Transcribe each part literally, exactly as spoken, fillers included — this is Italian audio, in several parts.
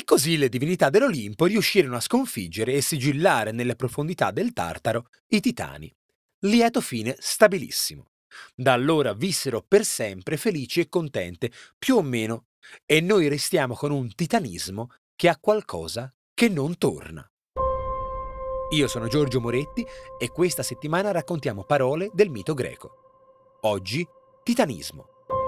E così le divinità dell'Olimpo riuscirono a sconfiggere e sigillare nelle profondità del Tartaro i Titani. Lieto fine stabilissimo. Da allora vissero per sempre felici e contente, più o meno, e noi restiamo con un titanismo che ha qualcosa che non torna. Io sono Giorgio Moretti e questa settimana raccontiamo parole del mito greco. Oggi, titanismo.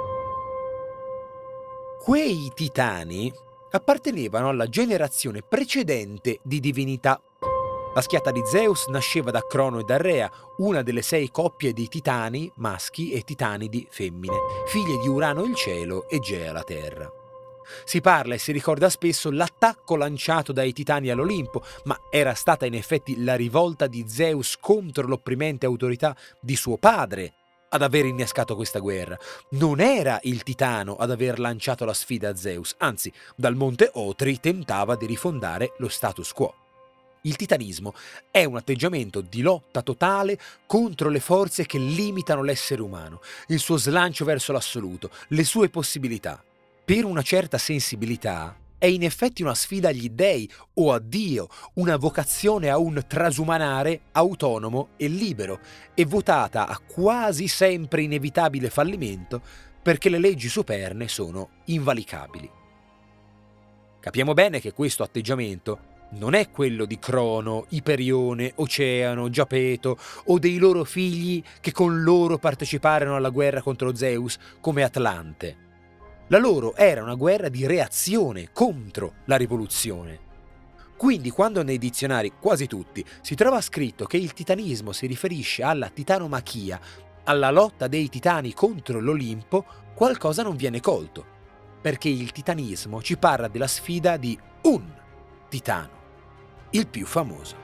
Quei titani appartenevano alla generazione precedente di divinità. La schiatta di Zeus nasceva da Crono e da Rea, una delle sei coppie di titani maschi e titanidi femmine, figlie di Urano il cielo e Gea la terra. Si parla e si ricorda spesso l'attacco lanciato dai titani all'Olimpo, ma era stata in effetti la rivolta di Zeus contro l'opprimente autorità di suo padre ad aver innescato questa guerra. Non era il titano ad aver lanciato la sfida a Zeus, anzi, dal monte Otri tentava di rifondare lo status quo. Il titanismo è un atteggiamento di lotta totale contro le forze che limitano l'essere umano, il suo slancio verso l'assoluto, le sue possibilità. Per una certa sensibilità è in effetti una sfida agli dèi o a Dio, una vocazione a un trasumanare autonomo e libero, e votata a quasi sempre inevitabile fallimento perché le leggi superne sono invalicabili. Capiamo bene che questo atteggiamento non è quello di Crono, Iperione, Oceano, Giapeto o dei loro figli che con loro parteciparono alla guerra contro Zeus come Atlante. La loro era una guerra di reazione contro la rivoluzione. Quindi quando nei dizionari, quasi tutti, si trova scritto che il titanismo si riferisce alla titanomachia, alla lotta dei titani contro l'Olimpo, qualcosa non viene colto, perché il titanismo ci parla della sfida di un titano, il più famoso.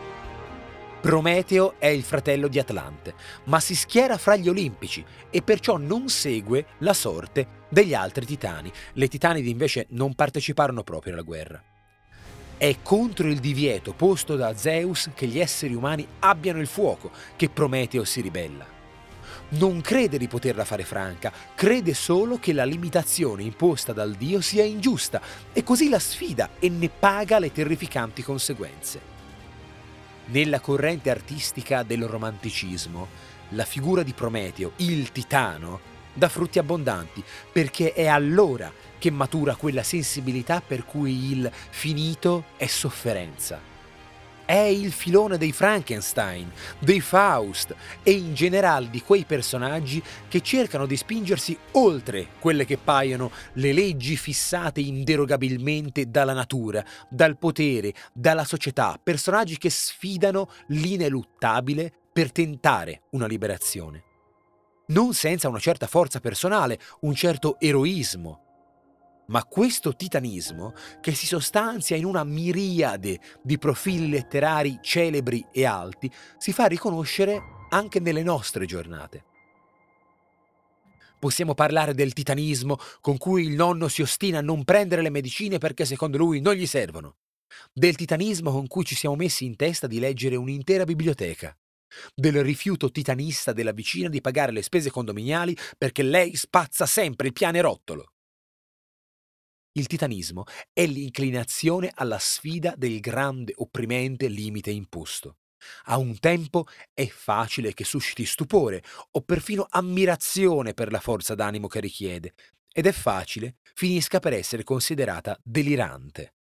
Prometeo è il fratello di Atlante, ma si schiera fra gli olimpici e perciò non segue la sorte degli altri titani. Le titanidi invece non parteciparono proprio alla guerra. È contro il divieto posto da Zeus che gli esseri umani abbiano il fuoco che Prometeo si ribella. Non crede di poterla fare franca, crede solo che la limitazione imposta dal dio sia ingiusta e così la sfida e ne paga le terrificanti conseguenze. Nella corrente artistica del romanticismo, la figura di Prometeo, il titano, dà frutti abbondanti perché è allora che matura quella sensibilità per cui il finito è sofferenza. È il filone dei Frankenstein, dei Faust e in generale di quei personaggi che cercano di spingersi oltre quelle che paiono le leggi fissate inderogabilmente dalla natura, dal potere, dalla società, personaggi che sfidano l'ineluttabile per tentare una liberazione. Non senza una certa forza personale, un certo eroismo. Ma questo titanismo, che si sostanzia in una miriade di profili letterari celebri e alti, si fa riconoscere anche nelle nostre giornate. Possiamo parlare del titanismo con cui il nonno si ostina a non prendere le medicine perché secondo lui non gli servono. Del titanismo con cui ci siamo messi in testa di leggere un'intera biblioteca. Del rifiuto titanista della vicina di pagare le spese condominiali perché lei spazza sempre il pianerottolo. Il titanismo è l'inclinazione alla sfida del grande opprimente limite imposto. A un tempo è facile che susciti stupore o perfino ammirazione per la forza d'animo che richiede, ed è facile finisca per essere considerata delirante.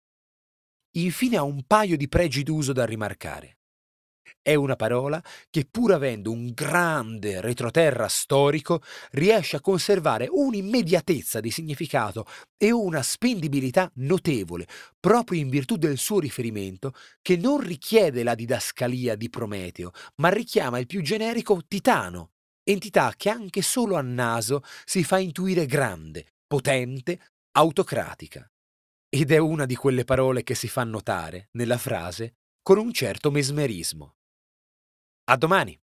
Infine ha un paio di pregi d'uso da rimarcare. È una parola che, pur avendo un grande retroterra storico, riesce a conservare un'immediatezza di significato e una spendibilità notevole, proprio in virtù del suo riferimento, che non richiede la didascalia di Prometeo, ma richiama il più generico Titano, entità che anche solo a naso si fa intuire grande, potente, autocratica. Ed è una di quelle parole che si fa notare, nella frase, con un certo mesmerismo. A domani!